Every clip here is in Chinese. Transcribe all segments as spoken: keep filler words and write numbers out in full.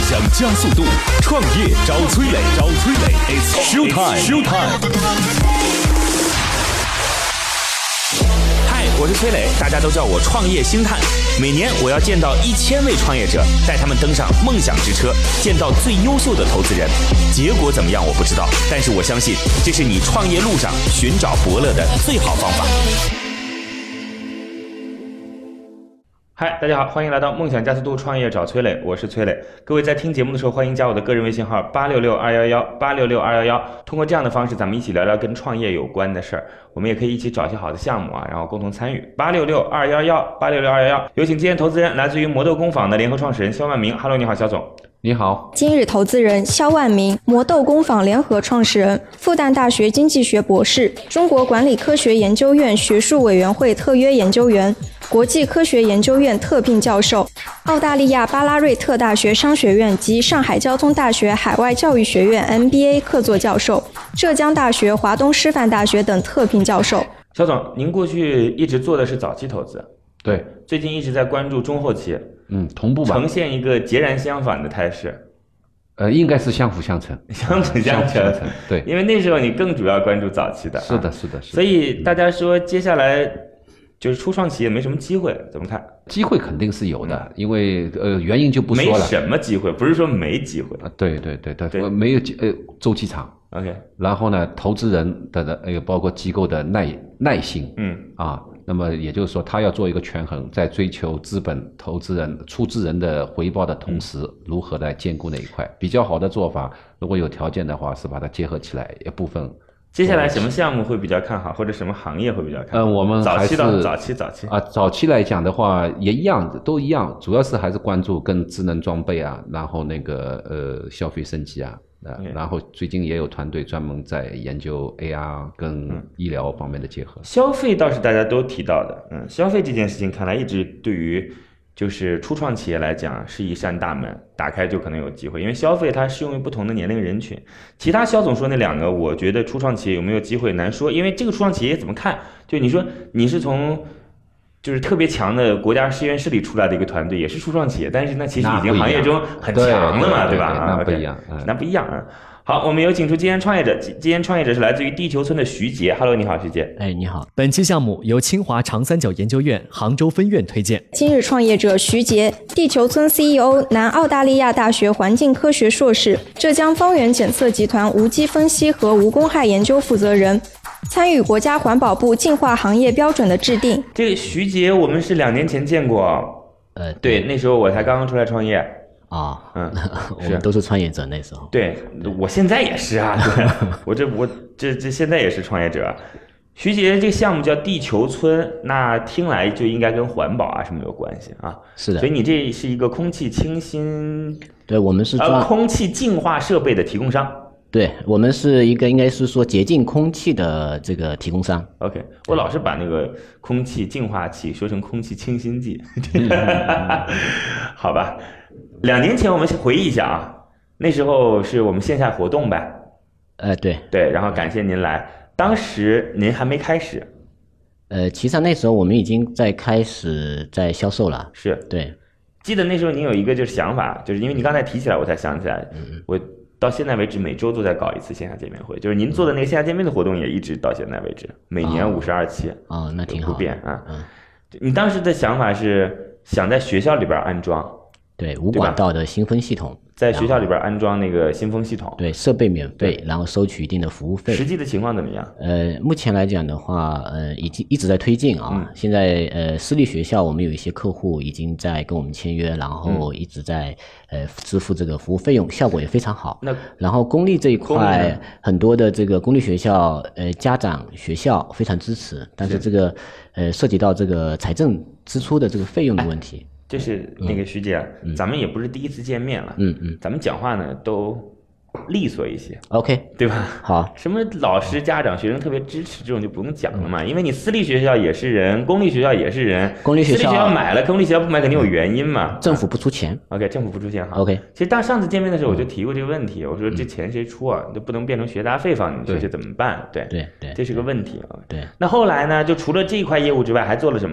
想加速度，创业找崔磊，找崔磊 ，It's show time，show time。嗨，我是崔磊，大家都叫我创业星探。每年我要见到一千位创业者，带他们登上梦想之车，见到最优秀的投资人。结果怎么样我不知道，但是我相信这是你创业路上寻找伯乐的最好方法。嗨，大家好，欢迎来到梦想加速度创业找崔磊，我是崔磊。各位在听节目的时候，欢迎加我的个人微信号八六六二一一八六六二一一，通过这样的方式，咱们一起聊聊跟创业有关的事儿。我们也可以一起找一些好的项目啊，然后共同参与。八六六二一一八六六二一一，有请今天投资人，来自于魔豆工坊的联合创始人肖万明。Hello， 你好，肖总。 你好。 今日投资人肖万明，魔豆工坊联合创始人，复旦大学经济学博士，中国管理科学研究院学术委员会特约研究员，国际科学研究院特聘教授，澳大利亚巴拉瑞特大学商学院及上海交通大学海外教育学院 M B A 客座教授，浙江大学、华东师范大学等特聘教授。 肖总，您过去一直做的是早期投资， 对， 最近一直在关注中后期， 嗯，同步吧， 呈现一个截然相反的态势。 呃，应该是相辅相成， 相辅相成， 对， 因为那时候你更主要关注早期的， 是的，是的，是的。 所以大家说接下来就是初创企业没什么机会，怎么看？ 机会肯定是有的，嗯、因为呃原因就不说了。 没什么机会，不是说没机会啊，对对对对，对没有呃周期长。 OK， 然后呢，投资人的呃包括机构的耐耐心， 嗯啊。那么也就是说，他要做一个权衡，在追求资本投资人、出资人的回报的同时，如何来兼顾那一块？比较好的做法，如果有条件的话，是把它结合起来一部分。 接下来什么项目会比较看好，或者什么行业会比较看好？ 嗯，我们还是早期到早期早期啊，早期来讲的话也一样，都一样，主要是还是关注跟智能装备啊，然后那个呃消费升级啊。Okay. 然后最近也有团队专门在研究 A R 跟医疗方面的结合。 嗯、消费倒是大家都提到的，嗯，消费这件事情看来一直对于就是初创企业来讲是一扇大门，打开就可能有机会，因为消费它适用于不同的年龄人群。其他肖总说那两个，我觉得初创企业有没有机会难说，因为这个初创企业怎么看？就你说你是从就是特别强的国家实验室里出来的一个团队，也是初创企业，但是呢，其实已经行业中很强了嘛， 对, 对, 对, 对吧？ 那不一样， 啊、那不一样啊。好，我们有请出今天创业者，今天创业者是来自于地球村的徐杰。Hello， 你好，徐杰。 哎，你好。本期项目由清华长三角研究院杭州分院推荐。 今日创业者徐杰，地球村 C E O， 南澳大利亚大学环境科学硕士，浙江方圆检测集团无机分析和无公害研究负责人。参与国家环保部净化行业标准的制定。 这个徐杰，我们是两年前见过， 呃， 对，那时候我才刚刚出来创业啊， 嗯， 我们都是创业者那时候。 对，我现在也是啊，对我这我这这现在也是创业者。徐杰，这个项目叫地球村，那听来就应该跟环保啊什么有关系啊？ 是的。 所以你这是一个空气清新， 对，我们是呃空气净化设备的提供商。 对，我们是一个应该是说洁净空气的这个提供商。 OK， 我老是把那个空气净化器说成空气清新剂，好吧。两年前我们回忆一下啊，那时候是我们线下活动呗。 呃，对对，然后感谢您来，当时您还没开始。 呃，其实那时候我们已经在开始在销售了。 是， 对。 记得那时候您有一个就是想法，就是因为你刚才提起来，我才想起来， 嗯、 我。到现在为止，每周都在搞一次线下见面会，就是您做的那个线下见面的活动也一直到现在为止，每年五十二期， 哦，那挺好， 不变啊。 嗯， 你当时的想法是想在学校里边安装， 对，无管道的新风系统， 在学校里边安装那个新风系统， 对，设备免费，然后收取一定的服务费。 实际的情况怎么样？ 呃，目前来讲的话，呃，已经一直在推进啊。 嗯、 现在呃，私立学校我们有一些客户已经在跟我们签约，然后一直在、嗯、呃支付这个服务费用，效果也非常好。 那然后公立这一块，很多的这个公立学校，呃，家长学校非常支持，但是这个呃涉及到这个财政支出的这个费用的问题。 就是那个徐姐、嗯，咱们也不是第一次见面了， 嗯嗯， 咱们讲话呢都利索一些 ，OK， 对吧？ 好， 什么老师、家长、学生特别支持这种就不用讲了嘛，嗯、因为你私立学校也是人，公立学校也是人， 公立学校私立学校买了，公立学校不买肯定有原因嘛， 政府不出钱 ，OK， 政府不出钱哈 ，OK。 其实当上次见面的时候我就提过这个问题，我说这钱谁出啊？这不能变成学杂费放进去，这怎么办？对对对， 这是个问题啊。 对， 那后来呢？就除了这一块业务之外，还做了什么？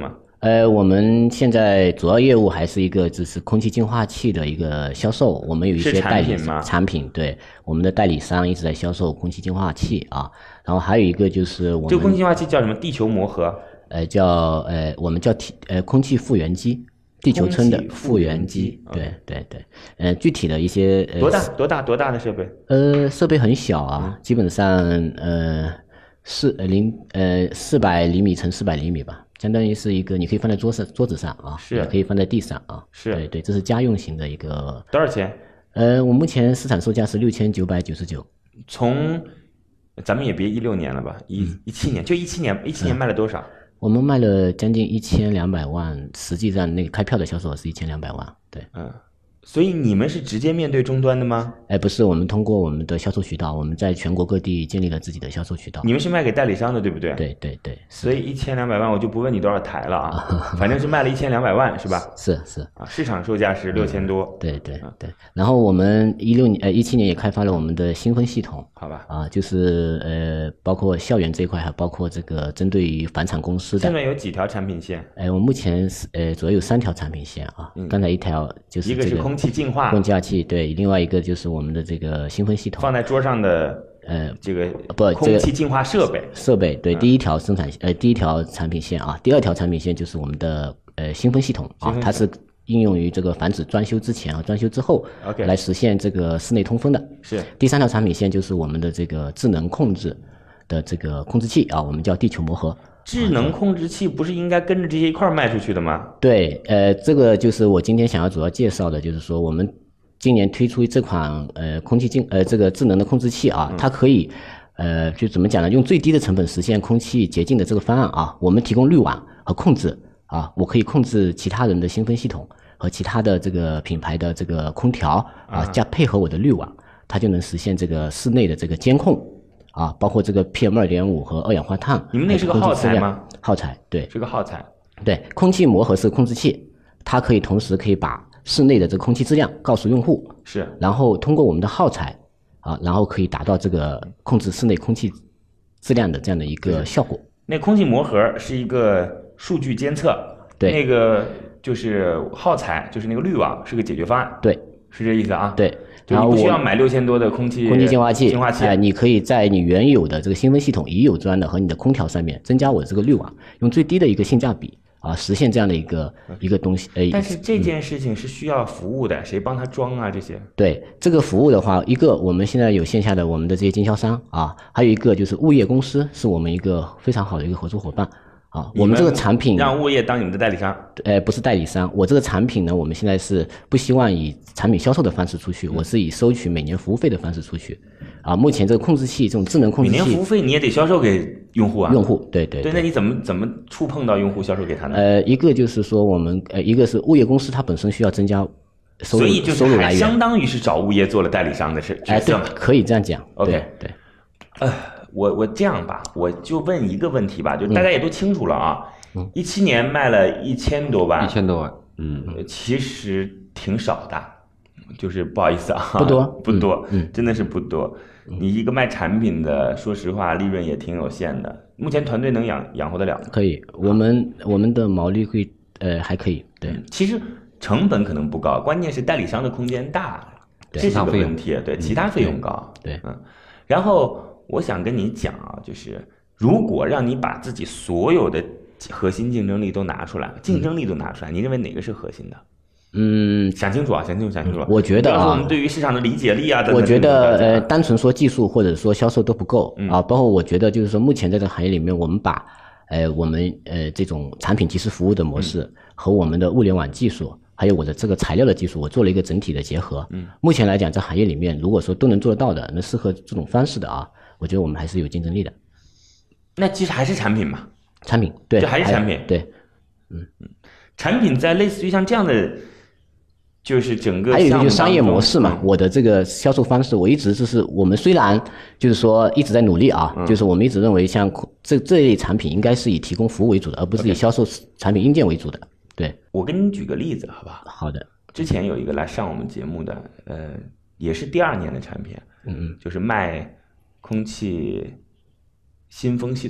呃，我们现在主要业务还是一个就是空气净化器的一个销售，我们有一些代理产品，对，我们的代理商一直在销售空气净化器啊。然后还有一个就是我们这个空气净化器叫什么？地球魔盒？ 呃，叫呃，我们叫体呃空气复原机。地球村的复原机，对对对，呃，具体的一些呃， 多大多大多大的设备？ 呃，设备很小啊，嗯、基本上呃四零呃四百厘米乘四百厘米吧，相当于是一个你可以放在桌上桌子上啊， 是， 也可以放在地上啊， 是， 对对，这是家用型的一个。 多少钱？ 呃，我目前市场售价是六千九百九十九。 从咱们也别一六年了吧，一一七年就一七年，一七年卖了多少？ 嗯我们卖了将近一千两百万，实际上那个开票的销售额是一千两百万，对， 嗯，所以你们是直接面对终端的吗？ 哎，不是，我们通过我们的销售渠道，我们在全国各地建立了自己的销售渠道。 你们是卖给代理商的，对不对？ 对对对。 所以一千两百万，我就不问你多少台了啊，反正是卖了一千两百万，是吧？ 是是啊，市场售价是六千多。 嗯、对对对。然后我们一六年呃一七年也开发了我们的新风系统， 好吧？ 啊，就是呃包括校园这一块，还包括这个针对于房产公司的。 现在有几条产品线？ 哎，我目前是呃主要有三条产品线啊，嗯、刚才一条就是、这个、 一个是空气净化。 空气净化器，对，另外一个就是我们的这个新风系统， 放在桌上的呃这个不空气净化设备、 这个、设备，对，嗯、第一条生产呃第一条产品线啊，第二条产品线就是我们的呃新风系统啊，它是应用于这个房子装修之前和装修之后 ，OK， 来实现这个室内通风的。 是。 第三条产品线就是我们的这个智能控制的这个控制器啊，我们叫地球魔盒。 智能控制器不是应该跟着这些一块卖出去的吗？ 对，呃，这个就是我今天想要主要介绍的，就是说我们今年推出这款呃空气净呃这个智能的控制器啊，它可以呃就怎么讲呢？用最低的成本实现空气洁净的这个方案啊，我们提供滤网和控制啊，我可以控制其他人的新风系统和其他的这个品牌的这个空调啊，加配合我的滤网，它就能实现这个室内的这个监控啊，包括这个 P M 二点五 和二氧化碳。 你们那是个耗材吗？ 耗材，对， 是个耗材。 对，空气魔盒是控制器，它可以同时可以把室内的这个空气质量告诉用户， 是， 然后通过我们的耗材啊，然后可以达到这个控制室内空气质量的这样的一个效果。 那空气魔盒是一个数据监测， 对， 那个就是耗材，就是那个滤网是个解决方案， 对， 是这意思啊？ 对。 就你不需要买六千多的空气空气净化器， 净化器， 哎、呃，你可以在你原有的这个新风系统已有装的和你的空调上面增加我的这个滤网，用最低的一个性价比啊，实现这样的一个、嗯、一个东西。呃， 但是这件事情是需要服务的，嗯、谁帮他装啊？这些？ 对，这个服务的话，一个我们现在有线下的我们的这些经销商啊，还有一个就是物业公司，是我们一个非常好的一个合作伙伴。啊，我们这个产品让物业当你们的代理商， 呃，不是代理商，我这个产品呢，我们现在是不希望以产品销售的方式出去，我是以收取每年服务费的方式出去。啊，目前这个控制器，这种智能控制器， 每年服务费你也得销售给用户啊。 用户，对对对, 对，那你怎么怎么触碰到用户销售给他呢？ 呃，一个就是说我们呃，一个是物业公司它本身需要增加收入， 所以就是收入来源， 相当于是找物业做了代理商的事， 哎、呃，对，可以这样讲。 OK， 对对， 呃，我我这样吧，我就问一个问题吧，就大家也都清楚了啊。 嗯， 一七年卖了一千多万， 一千多万，嗯， 其实挺少的，就是不好意思啊， 不多， 不多， 嗯， 真的是不多。你一个卖产品的，说实话，利润也挺有限的。目前团队能养养活得了吗？ 可以，我们我们的毛利会呃还可以，对、 嗯，其实成本可能不高，关键是代理商的空间大，这是个问题。对，其他费用高， 对， 嗯。然后我想跟你讲啊，就是如果让你把自己所有的核心竞争力都拿出来，竞争力都拿出来，你认为哪个是核心的？ 嗯， 想清楚啊，想清楚，想清楚。 我觉得啊， 我们对于市场的理解力啊，等等我觉得呃，单纯说技术或者说销售都不够、嗯、啊。包括我觉得就是说，目前在这个行业里面，我们把呃我们呃这种产品及时服务的模式、嗯、和我们的物联网技术，还有我的这个材料的技术，我做了一个整体的结合。嗯，目前来讲，在行业里面，如果说都能做得到的，那适合这种方式的啊，我觉得我们还是有竞争力的。 那其实还是产品嘛。 产品对， 这还是产品对， 嗯嗯，产品在类似于像这样的，就是整个还有一个就是商业模式嘛、嗯。我的这个销售方式，我一直就是我们虽然就是说一直在努力啊，嗯、就是我们一直认为像这这一类产品应该是以提供服务为主的，而不是以销售产品硬件为主的。对， 我给你举个例子，好不好？ 好的。 之前有一个来上我们节目的，呃，也是第二年的产品， 嗯嗯， 就是卖空气新风系统。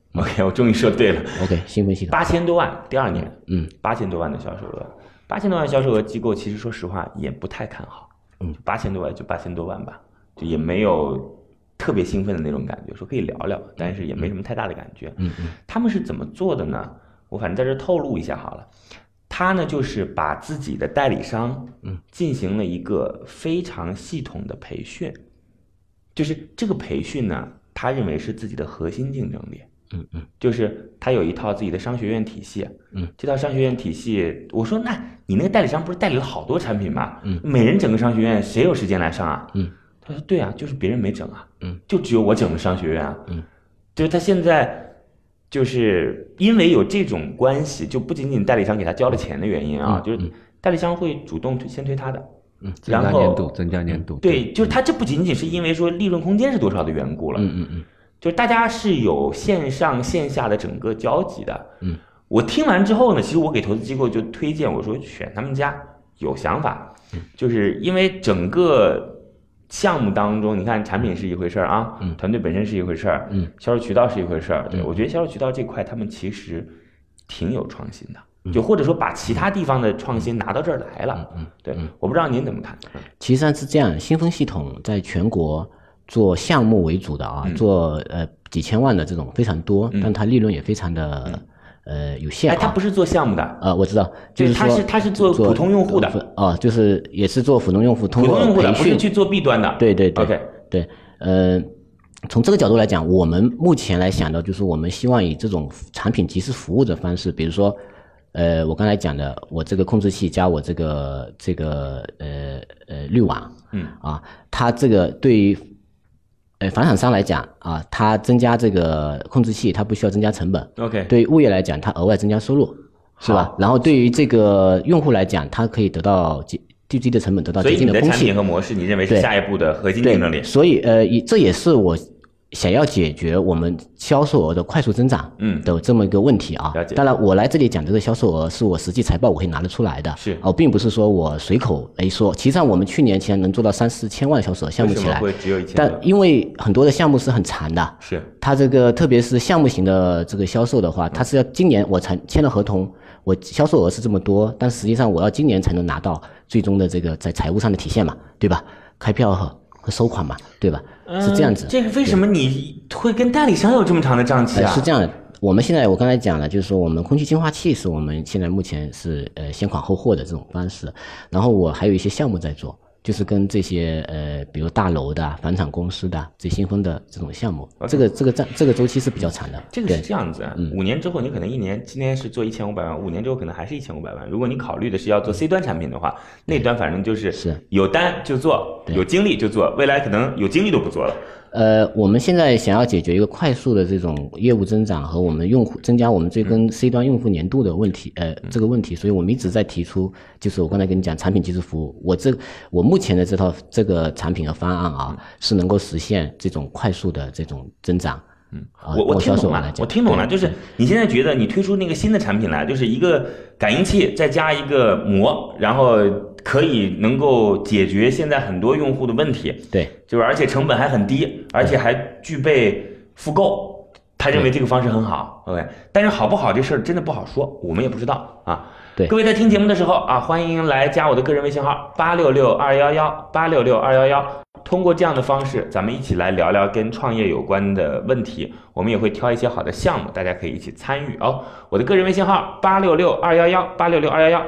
OK， 我终于说对了。 OK， 新风系统八千多万，第二年， 嗯， 八千多万的销售额，八千多万销售额机构其实说实话也不太看好， 嗯， 八千多万就八千多万吧，就也没有特别兴奋的那种感觉，说可以聊聊，但是也没什么太大的感觉。 嗯嗯， 他们是怎么做的呢？我反正在这透露一下好了。他呢，就是把自己的代理商，嗯，进行了一个非常系统的培训，就是这个培训呢，他认为是自己的核心竞争力， 嗯嗯， 就是他有一套自己的商学院体系， 嗯， 这套商学院体系，我说那你那个代理商不是代理了好多产品吗？ 嗯， 每人整个商学院，谁有时间来上啊？ 嗯， 他说对啊，就是别人没整啊， 嗯， 就只有我整的商学院啊， 嗯， 就是他现在。就是因为有这种关系，就不仅仅代理商给他交了钱的原因啊， 嗯、 就是代理商会主动推先推他的， 嗯，增加年度，增加年度， 对，就是他这不仅仅是因为说利润空间是多少的缘故了， 嗯嗯嗯， 就是大家是有线上线下的整个交集的， 嗯， 我听完之后呢，其实我给投资机构就推荐我说选他们家，有想法， 嗯， 就是因为整个。项目当中，你看产品是一回事儿啊， 嗯， 团队本身是一回事儿， 嗯， 销售渠道是一回事儿，对、 嗯、 我觉得销售渠道这块他们其实挺有创新的，嗯、就或者说把其他地方的创新拿到这儿来了， 嗯， 对， 嗯、 我不知道您怎么看？ 其实上是这样，新风系统在全国做项目为主的啊， 嗯、 做呃几千万的这种非常多， 嗯、 但它利润也非常的。嗯呃，有限、啊。 哎，他不是做项目的。 呃，我知道，就是他是他是做普通用户的。 哦、呃，就是也是做普通用户，通过普通用户的， 培训不是去做 B 端的。 对对对。 OK， 对，呃，从这个角度来讲，我们目前来想的就是我们希望以这种产品及时服务的方式，比如说，呃，我刚才讲的，我这个控制器加我这个这个呃呃滤网， 嗯啊，它这个对于。呃，房产商来讲啊，它增加这个控制器，它不需要增加成本。 OK， 对于物业来讲，它额外增加收入，是吧？然后对于这个用户来讲，它可以得到最最低的成本，得到洁净的空气。 所以你的产品和模式，你认为是下一步的核心竞争力？ 所以呃，这也是我想要解决我们销售额的快速增长嗯的这么一个问题啊。 了解。 当然，我来这里讲这个销售额是我实际财报我可以拿得出来的， 是哦，并不是说我随口哎说。其实上我们去年前能做到三四千万销售额项目起来， 为什么会只有一千？ 但因为很多的项目是很长的， 是它这个特别是项目型的这个销售的话，它是要今年我才签了合同，我销售额是这么多，但实际上我要今年才能拿到最终的这个在财务上的体现嘛，对吧？开票和和收款嘛，对吧？是这样子。 嗯、这个为什么你会跟代理商有这么长的账期啊？ 呃、是这样的，我们现在我刚才讲了，就是说我们空气净化器是我们现在目前是呃先款后货的这种方式，然后我还有一些项目在做，就是跟这些呃比如大楼的、房产公司的、这新风的这种项目， okay. 这个这个这这个周期是比较长的。 这个是这样子，嗯、五年之后你可能一年今年是做一千五百万，五年之后可能还是一千五百万。如果你考虑的是要做 C 端产品的话，那端反正就是是有单就做，有精力就做，未来可能有精力都不做了。 呃，我们现在想要解决一个快速的这种业务增长和我们用户增加我们追根 C 端用户年度的问题，呃，这个问题，所以我们一直在提出，就是我刚才跟你讲产品及时服务，我这我目前的这套这个产品和方案啊，是能够实现这种快速的这种增长。 嗯，我我听懂了，我听懂了，就是你现在觉得你推出那个新的产品来，就是一个感应器再加一个膜，然后可以能够解决现在很多用户的问题， 对， 就是而且成本还很低，而且还具备复购，他认为这个方式很好 ，OK， 但是好不好这事儿真的不好说，我们也不知道啊。 对， 各位在听节目的时候啊，欢迎来加我的个人微信号八六六二幺幺八六六二幺幺。通过这样的方式，咱们一起来聊聊跟创业有关的问题。我们也会挑一些好的项目，大家可以一起参与哦。我的个人微信号八六六二幺幺八六六二幺幺。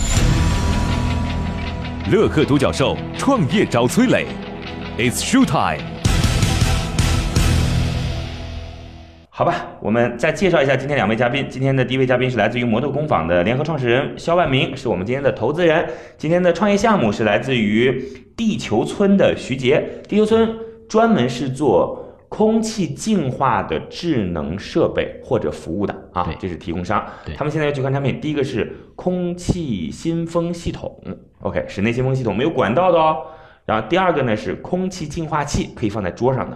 乐客独角兽创业找崔磊 ，It's show time。 好吧，我们再介绍一下今天两位嘉宾。今天的第一位嘉宾是来自于摩托工坊的联合创始人肖万明，是我们今天的投资人。今天的创业项目是来自于地球村的徐杰。地球村专门是做空气净化的智能设备或者服务的啊，这是提供商。他们现在有几款产品，第一个是空气新风系统 ，OK， 室内新风系统没有管道的哦。然后第二个呢是空气净化器，可以放在桌上的。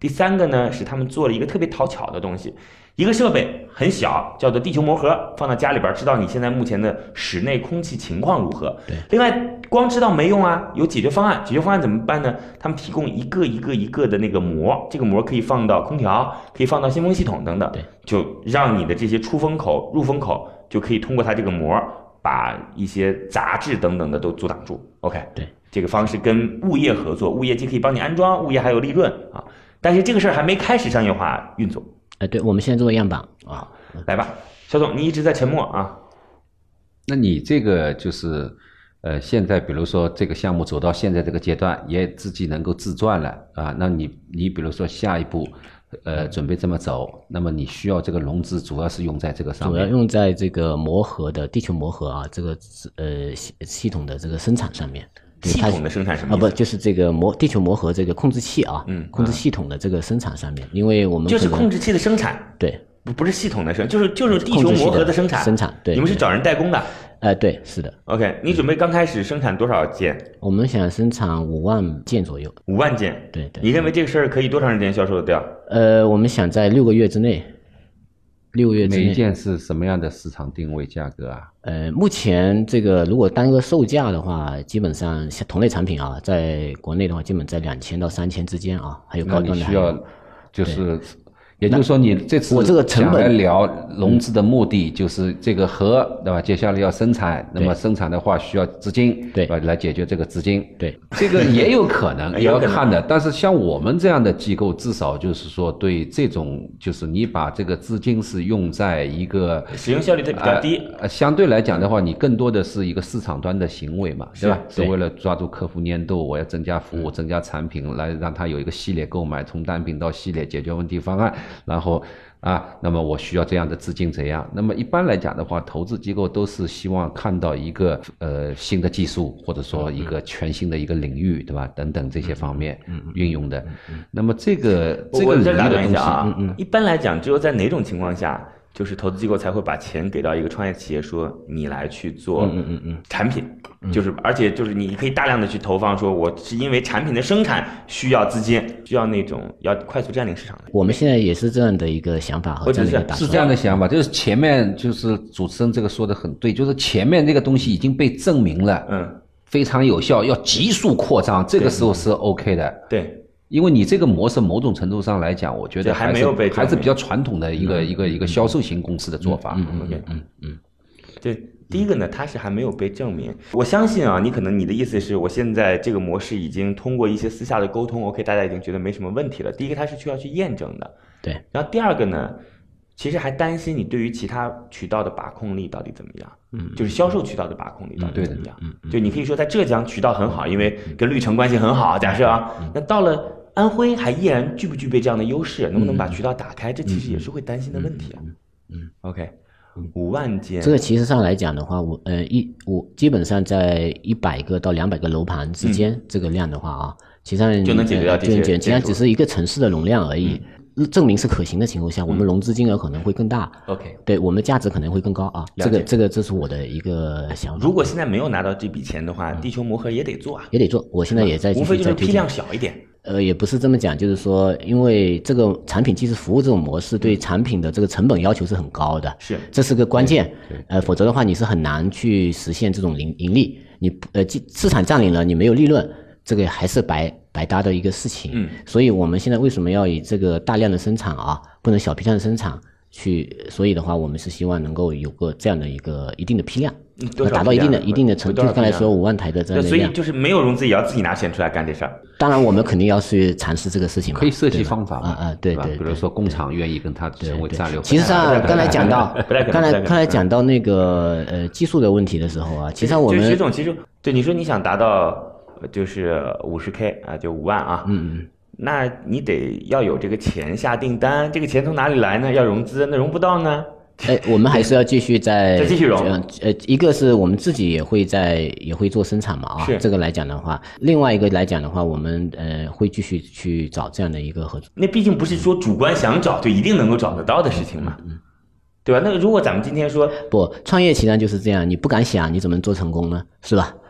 第三个呢是他们做了一个特别讨巧的东西，一个设备很小，叫做地球膜盒，放到家里边知道你现在目前的室内空气情况如何。 对。 另外，光知道没用啊，有解决方案。解决方案怎么办呢？他们提供一个一个一个的那个膜，这个膜可以放到空调，可以放到新风系统等等，就让你的这些出风口、入风口就可以通过它这个膜，把一些杂质等等的都阻挡住。OK， 对， 这个方式跟物业合作，物业既可以帮你安装，物业还有利润啊。但是这个事儿还没开始商业化运作。 呃，对，我们现在做样板啊， 来吧，肖总，你一直在沉默啊。 那你这个就是，呃，现在比如说这个项目走到现在这个阶段，也自己能够自赚了啊，那你你比如说下一步，呃，准备这么走，那么你需要这个融资主要是用在这个上面， 主要用在这个膜盒的地球膜盒啊，这个呃系系统的这个生产上面。 系统的生产什么意思？ 啊，不，就是这个膜地球膜盒这个控制器啊，嗯，控制系统的这个生产上面，因为我们就是控制器的生产， 对， 不不是系统的生，就是就是地球膜盒的生产， 生产，对， 你们是找人代工的？ 呃，对，是的。 OK， 你准备刚开始生产多少件？ 我们想生产五万件左右。 五万件， 对对。 你认为这个事儿可以多长时间销售得掉？ 呃，我们想在六个月之内。六个月之内。 每一件是什么样的市场定位价格啊？ 呃，目前这个如果单个售价的话，基本上像同类产品啊，在国内的话，基本在两千到三千之间啊，还有高端的。 需要就是。也就是说，你这次我这个成本来聊融资的目的就是这个盒，对吧？接下来要生产，那么生产的话需要资金， 对吧？来解决这个资金， 对， 这个也有可能也要看的。但是像我们这样的机构，至少就是说对这种，就是你把这个资金是用在一个使用效率比较低， 呃，相对来讲的话，你更多的是一个市场端的行为嘛，对吧？ 是为了抓住客户粘度，我要增加服务、增加产品，来让他有一个系列购买，从单品到系列解决问题方案。然后啊，那么我需要这样的资金怎样？那么一般来讲的话，投资机构都是希望看到一个呃新的技术，或者说一个全新的一个领域，对吧？等等这些方面运用的。那么这个这个领域的东西， 啊，嗯嗯，一般来讲，只有在哪种情况下，就是投资机构才会把钱给到一个创业企业，说你来去做嗯嗯嗯产品，就是而且就是你可以大量的去投放，说我是因为产品的生产需要资金，需要那种要快速占领市场。 我们现在也是这样的一个想法和这样的一个打算， 是这样的想法，就是前面就是主持人这个说的很对，就是前面这个东西已经被证明了， 嗯， 非常有效，要急速扩张，这个时候是 OK 的， 对。 因为你这个模式某种程度上来讲，我觉得还没有被还是比较传统的一个、嗯、一个一个销售型公司的做法。 嗯 OK， 嗯嗯，对，第一个呢，它是还没有被证明。我相信啊，你可能你的意思是我现在这个模式已经通过一些私下的沟通 ，OK， 大家已经觉得没什么问题了。第一个，它是需要去验证的。 对。 然后第二个呢，其实还担心你对于其他渠道的把控力到底怎么样。 嗯， 就是销售渠道的把控力到底怎么样？ 嗯， 就你可以说在浙江渠道很好，因为跟绿城关系很好，假设啊，那到了安徽还依然具不具备这样的优势？能不能把渠道打开？这其实也是会担心的问题啊。 嗯 ，OK， 五万间， 这个其实上来讲的话，我呃一我基本上在一百个到两百个楼盘之间，这个量的话啊，其实上就能解决掉这些， 实际上只是一个城市的容量而已。证明是可行的情况下，我们融资金额可能会更大。 OK， 对，我们的价值可能会更高啊。这个这个这是我的一个想法。 如果现在没有拿到这笔钱的话，地球膜盒也得做啊， 也得做。我现在也在继续在推进， 无非就是批量小一点。 呃，也不是这么讲，就是说，因为这个产品技术服务这种模式对产品的这个成本要求是很高的， 是， 这是个关键。呃，否则的话你是很难去实现这种盈盈利。你呃市场占领了，你没有利润，这个还是白白搭的一个事情。 嗯， 所以我们现在为什么要以这个大量的生产啊，不能小批量的生产去？所以的话，我们是希望能够有个这样的一个一定的批量。 嗯、 达到一定的一定的程度，就是刚才说五万台的这样的量，所以就是没有融资也要自己拿钱出来干这事儿。 当然，我们肯定要去尝试这个事情嘛， 可以设计方法啊啊，对 对, 对， 比如说工厂愿意跟他成为战略。 其实上刚才讲到，刚才刚才讲到那个呃技术的问题的时候啊，其实上我们徐总其实对你说你想达到就是五十 K 啊，就五万啊， 嗯嗯。 那你得要有这个钱下订单，这个钱从哪里来呢？要融资，那融不到呢？ 哎，我们还是要继续在再继续融。 呃，一个是我们自己也会在也会做生产嘛啊，这个来讲的话，另外一个来讲的话，我们呃会继续去找这样的一个合作。 那毕竟不是说主观想找就一定能够找得到的事情嘛， 嗯， 对吧？那如果咱们今天说不创业，其实就是这样，你不敢想，你怎么做成功呢？是吧？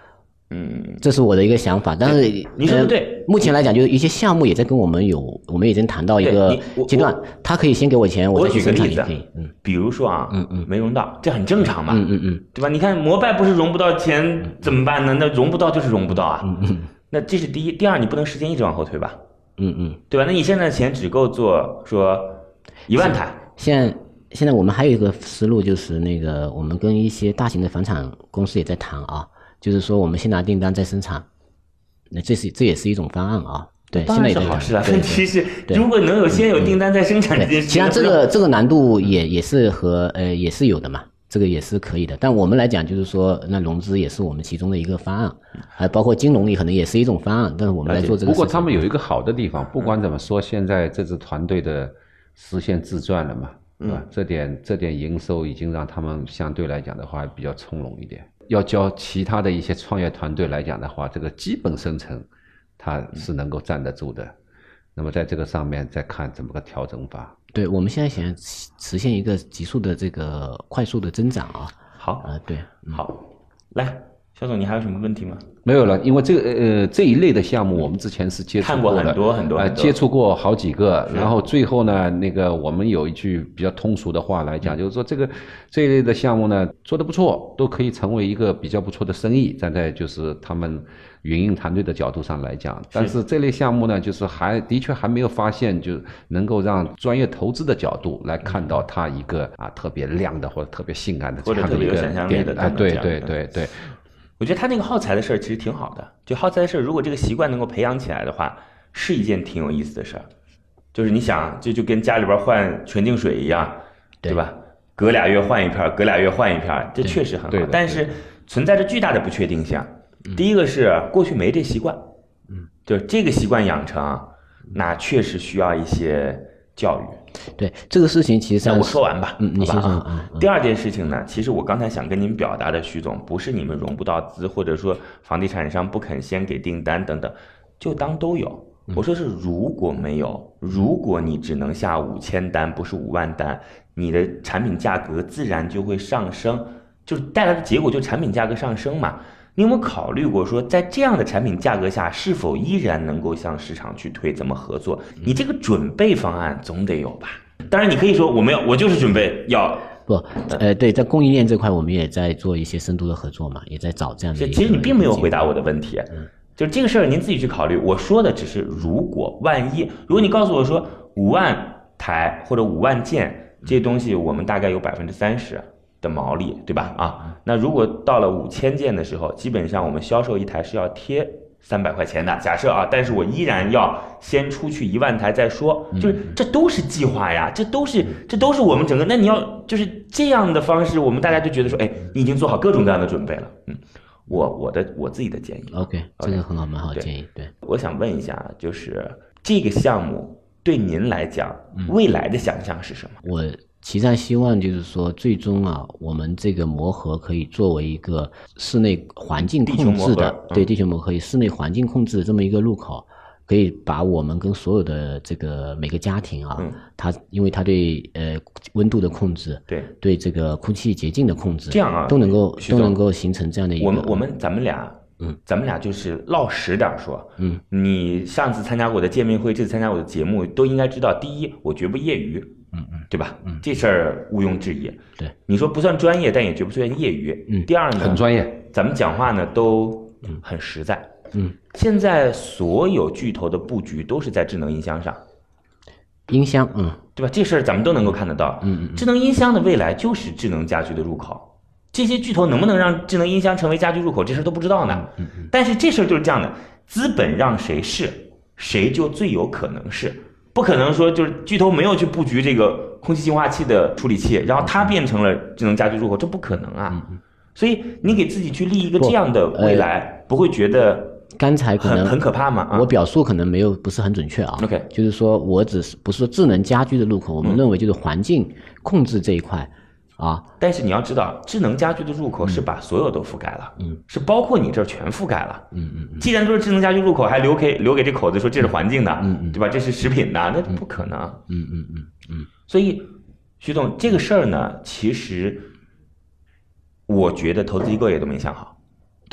嗯，这是我的一个想法，但是你说的对、 呃，目前来讲，就是一些项目也在跟我们有，我们已经谈到一个阶段，他可以先给我钱，我再去生产也可以。嗯， 比如说啊， 嗯嗯， 没融到，这很正常嘛。 嗯嗯嗯， 对吧？你看摩拜不是融不到钱怎么办呢？那融不到就是融不到啊。 嗯嗯， 那这是第一，第二，你不能时间一直往后推吧？ 嗯嗯， 对吧？那你现在的钱只够做说一万台。 现在现在我们还有一个思路，就是那个我们跟一些大型的房产公司也在谈啊。就是说，我们先拿订单再生产，那这是这也是一种方案啊。对， 当然是好事啊。问题是， 对如果能有先有订单再生产这件事情， 其实这个这个难度也也是和呃也是有的嘛，这个也是可以的。但我们来讲，就是说，那融资也是我们其中的一个方案，还包括金融里可能也是一种方案。但是我们来做这个事情。 不过他们有一个好的地方，不管怎么说，现在这支团队的实现自赚了嘛，对吧？这点这点营收已经让他们相对来讲的话比较从容一点。要教其他的一些创业团队来讲的话，这个基本生成它是能够站得住的。那么在这个上面再看怎么个调整法。 对，我们现在想实现一个急速的这个快速的增长啊。 好啊、呃，对， 嗯、好，来，肖总，你还有什么问题吗？ 没有了，因为这个呃这一类的项目我们之前是接触过的， 看过很多很多， 呃，接触过好几个，然后最后呢，那个我们有一句比较通俗的话来讲，嗯、就是说这个这一类的项目呢做得不错，都可以成为一个比较不错的生意，站在就是他们运营团队的角度上来讲，但是这类项目呢，就是还的确还没有发现，就能够让专业投资的角度来看到它一个啊特别亮的或者特别性感的这样的一个点啊，对对对对。 我觉得他那个耗材的事儿其实挺好的，就耗材的事儿，如果这个习惯能够培养起来的话，是一件挺有意思的事儿。就是你想，就就跟家里边换纯净水一样， 对, 对吧？隔俩月换一片，隔俩月换一片，这确实很好。但是存在着巨大的不确定性。嗯、第一个是过去没这习惯，嗯，就是这个习惯养成，那确实需要一些教育。 对这个事情，其实我说完吧， 嗯，你先说。 啊、嗯。第二件事情呢，其实我刚才想跟您表达的，徐总，不是你们融不到资，或者说房地产商不肯先给订单等等，就当都有。我说是如果没有，如果你只能下五千单，不是五万单，你的产品价格自然就会上升，就是带来的结果就产品价格上升嘛。你有没有考虑过说，在这样的产品价格下，是否依然能够向市场去推怎么合作？你这个准备方案总得有吧？当然，你可以说我没有，我就是准备要不，呃，对，在供应链这块，我们也在做一些深度的合作嘛，也在找这样的。 其实你并没有回答我的问题，嗯、就是这个事儿您自己去考虑。我说的只是如果万一，如果你告诉我说五万台或者五万件这些东西，我们大概有百分之三十的毛利，对吧？啊，那如果到了五千件的时候，基本上我们销售一台是要贴三百块钱的，假设啊，但是我依然要先出去一万台再说，就是这都是计划呀，这都是这都是我们整个，那你要就是这样的方式，我们大家就觉得说，哎，你已经做好各种各样的准备了，嗯，我我的我自己的建议 ，OK， 这个很好，蛮好的建议，对， 我想问一下，就是这个项目对您来讲，未来的想象是什么？ 我。其实希望就是说，最终啊，我们这个磨合可以作为一个室内环境控制的， 嗯、 对地球磨合，可以室内环境控制的这么一个入口，可以把我们跟所有的这个每个家庭啊，嗯、它因为它对呃温度的控制， 对对这个空气洁净的控制， 这样啊， 都能够都能够形成这样的一个。 我们我们咱们俩。嗯，咱们俩就是唠实点说， 嗯， 你上次参加过我的见面会，这次参加我的节目，都应该知道，第一，我绝不业余， 嗯嗯， 对吧？ 嗯， 这事儿毋庸置疑。 对， 你说不算专业，但也绝不算业余。 嗯， 第二呢， 很专业， 咱们讲话呢都很实在。 嗯， 现在所有巨头的布局都是在智能音箱上， 音箱，嗯， 对吧？这事儿咱们都能够看得到。 嗯嗯， 智能音箱的未来就是智能家居的入口。这些巨头能不能让智能音箱成为家居入口，这事都不知道呢。 嗯嗯。 但是这事就是这样的，资本让谁是，谁就最有可能是。不可能说就是巨头没有去布局这个空气净化器的处理器，然后它变成了智能家居入口，这不可能啊。 嗯、 所以你给自己去立一个这样的未来，不,、呃、不会觉得刚才可能很很可怕吗？啊、 我表述可能没有不是很准确啊。 OK， 就是说我只是不是说智能家居的入口，我们认为就是环境控制这一块。啊， 但是你要知道，智能家居的入口是把所有都覆盖了， 嗯， 是包括你这儿全覆盖了， 嗯嗯嗯。 既然都是智能家居入口，还留给留给这口子说这是环境的， 嗯嗯， 对吧？这是食品的，那不可能， 嗯嗯嗯嗯。 所以，徐总，这个事儿呢，其实我觉得投资机构也都没想好，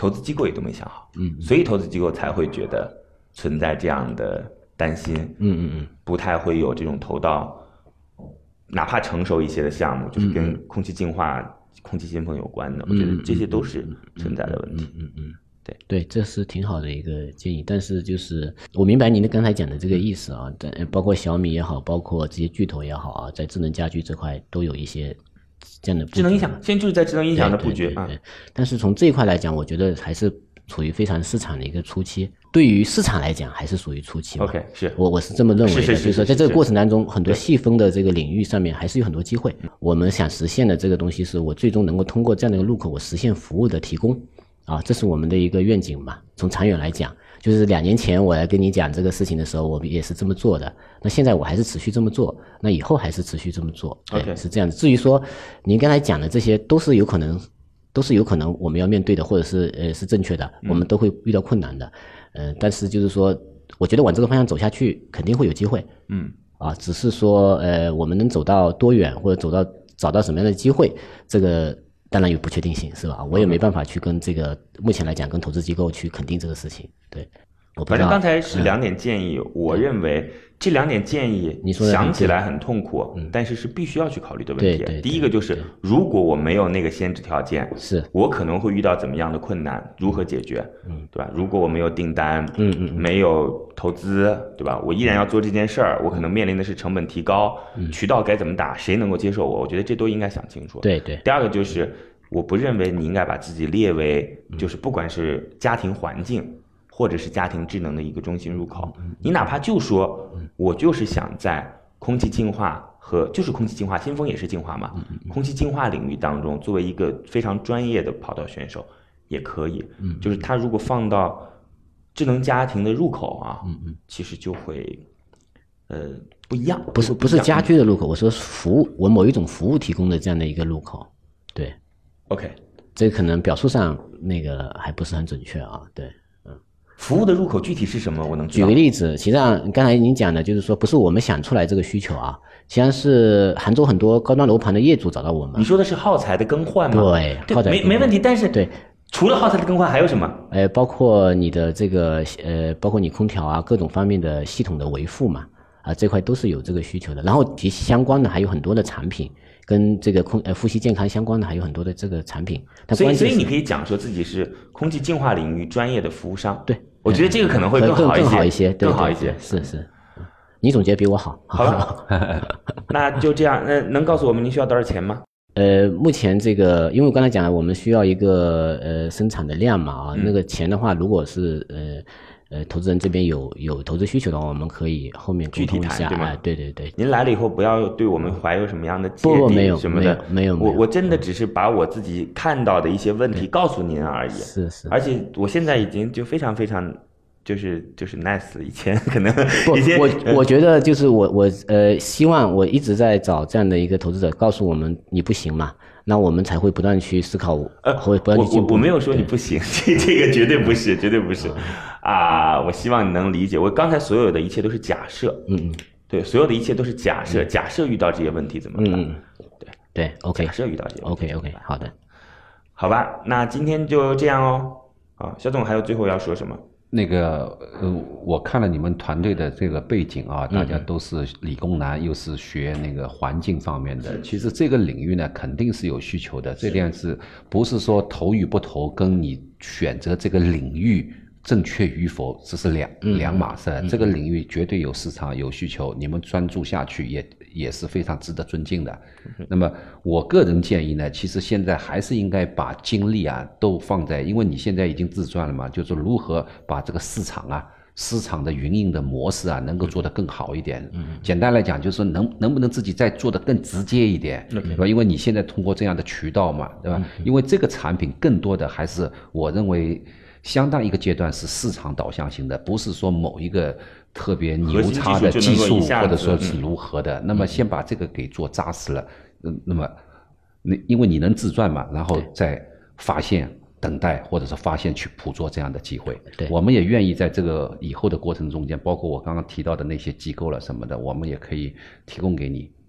投资机构也都没想好，嗯，所以投资机构才会觉得存在这样的担心， 嗯嗯嗯， 不太会有这种投到哪怕成熟一些的项目，就是跟空气净化、嗯、空气新风有关的，我觉得这些都是存在的问题。 嗯嗯嗯，对对，这是挺好的一个建议。但是就是我明白您的刚才讲的这个意思啊，包括小米也好，包括这些巨头也好啊，在智能家居这块都有一些这样的布局。 智能音响，现在就是在智能音响的布局啊。 但是从这一块来讲，我觉得还是处于非常市场的一个初期。对于市场来讲，还是属于初期嘛。 OK， 是我我是这么认为的， 是是是就是说在这个过程当中，很多细分的这个领域上面还是有很多机会。我们想实现的这个东西，是我最终能够通过这样的一个入口，我实现服务的提供啊，这是我们的一个愿景嘛。从长远来讲，就是两年前我来跟你讲这个事情的时候，我们也是这么做的。那现在我还是持续这么做，那以后还是持续这么做。 OK， 是这样子。至于说您刚才讲的这些，都是有可能。都是有可能我们要面对的，或者是呃是正确的，我们都会遇到困难的，呃，但是就是说，我觉得往这个方向走下去，肯定会有机会， 嗯， 啊，只是说呃，我们能走到多远，或者走到找到什么样的机会，这个当然有不确定性，是吧？我也没办法去跟这个目前来讲，跟投资机构去肯定这个事情，对。我反正刚才是两点建议，嗯、我认为这两点建议你说想起来很痛苦， 嗯、 但是是必须要去考虑的问题。 对对对， 第一个就是如果我没有那个先决条件， 是我可能会遇到怎么样的困难，如何解决， 嗯， 对吧？如果我没有订单， 嗯嗯， 没有投资，对吧？我依然要做这件事儿，我可能面临的是成本提高， 嗯、 渠道该怎么打，谁能够接受我？我觉得这都应该想清楚。 对对。 第二个就是我不认为你应该把自己列为就是不管是家庭环境。或者是家庭智能的一个中心入口，你哪怕就说，我就是想在空气净化和就是空气净化，新风也是净化嘛，空气净化领域当中，作为一个非常专业的跑道选手也可以，就是他如果放到智能家庭的入口啊，其实就会，呃，不一样， 不是不是家居的入口，我说服务，我某一种服务提供的这样的一个入口，对 ，OK， 这可能表述上那个还不是很准确啊，对。 服务的入口具体是什么？我能举个例子，实际上刚才您讲的就是说，不是我们想出来这个需求啊，实际上是杭州很多高端楼盘的业主找到我们。 你说的是耗材的更换吗？ 对，耗材没没问题。但是对， 除了耗材的更换还有什么？ 呃，包括你的这个呃，包括你空调啊各种方面的系统的维护嘛，啊这块都是有这个需求的。然后其相关的还有很多的产品。跟这个空呃呼吸健康相关的还有很多的这个产品， 所以所以你可以讲说自己是空气净化领域专业的服务商。 对， 我觉得这个可能会更好一些， 更好一些， 更好一些。 是是，你总结比我好。 好了，那就这样。那能告诉我们您需要多少钱吗？ 呃，目前这个，因为我刚才讲了，我们需要一个呃生产的量嘛啊，嗯、那个钱的话，如果是呃。呃，投资人这边有有投资需求的话，我们可以后面沟通一下， 对吗？ 哎，对对对。 您来了以后，不要对我们怀有什么样的芥蒂什么的， 没有，没有。 我我真的只是把我自己看到的一些问题告诉您而已。 是是。 而且我现在已经就非常非常，就是就是 nice 了。以前可能不， 以前我我觉得就是我我呃，希望我一直在找这样的一个投资者，告诉我们你不行嘛。那我们才会不断去思考， 呃， 会不断去进步。 我我没有说你不行，这这个绝对不是，绝对不是，啊！我希望你能理解，我刚才所有的一切都是假设， 嗯嗯， 对，所有的一切都是假设，假设遇到这些问题怎么办？ 嗯，对对 ，OK， 假设遇到这些问题 ，OK OK， 好的， 好吧，那今天就这样哦。啊，肖总还有最后要说什么？ 那个呃，我看了你们团队的这个背景啊，大家都是理工男，又是学那个环境方面的。其实这个领域呢，肯定是有需求的。这点是不是说投与不投，跟你选择这个领域正确与否，这是两两码事。这个领域绝对有市场，有需求，你们专注下去也也是非常值得尊敬的。那么我个人建议呢，其实现在还是应该把精力啊都放在，因为你现在已经自传了嘛，就是如何把这个市场啊市场的运营的模式啊能够做得更好一点。嗯，简单来讲就是说能能不能自己再做得更直接一点，对吧？因为你现在通过这样的渠道嘛，对吧？嗯，因为这个产品更多的还是我认为相当一个阶段是市场导向型的，不是说某一个特别牛叉的技术或者说是如何的。那么先把这个给做扎实了，嗯，那么你因为你能自传嘛，然后再发现、等待或者是发现去捕捉这样的机会。 对， 我们也愿意在这个以后的过程中间，包括我刚刚提到的那些机构了什么的，我们也可以提供给你。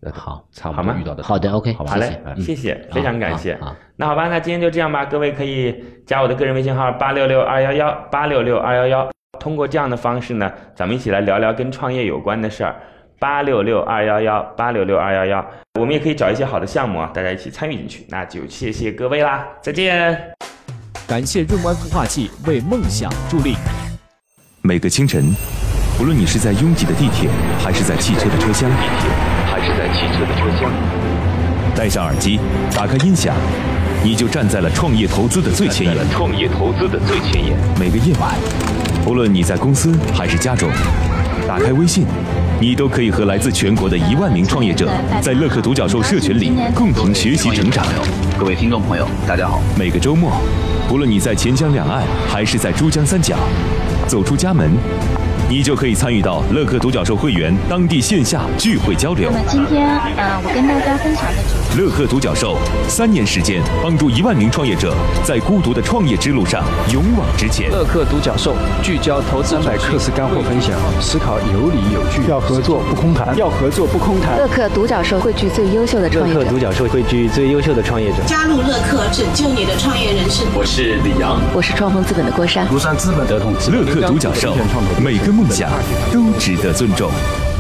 好， 差不多遇到的。 好的 ，OK， 好嘞，谢谢，非常感谢。那好吧，那今天就这样吧，各位可以加我的个人微信号八六六二幺幺八六六二幺幺，通过这样的方式呢，咱们一起来聊聊跟创业有关的事儿。八六六二幺幺八六六二幺幺，我们也可以找一些好的项目啊，大家一起参与进去。那就谢谢各位啦，再见。 感谢润湾孵化器为梦想助力。 每个清晨，无论你是在拥挤的地铁，还是在汽车的车厢，还是在汽车的车厢，戴上耳机，打开音响，你就站在了创业投资的最前沿。创业投资的最前沿。每个夜晚，无论你在公司还是家中，打开微信，你都可以和来自全国的一万名创业者在乐客独角兽社群里共同学习成长。 各位听众朋友，大家好。 每个周末，无论你在钱江两岸还是在珠江三角，走出家门，你就可以参与到乐客独角兽会员当地线下聚会交流。 那么今天，呃，我跟大家分享的主题， 乐客独角兽三年时间，帮助一万名创业者在孤独的创业之路上勇往直前。 乐客独角兽聚焦投资百课时干货分享，思考有理有据，要合作不空谈，要合作不空谈。 乐客独角兽汇聚最优秀的创业者。 乐客独角兽汇聚最优秀的创业者。 加入乐客，拯救你的创业人生。 我是李阳， 我是创丰资本的郭珊。 庐山资本德同。 乐客独角兽，每个梦想都值得尊重。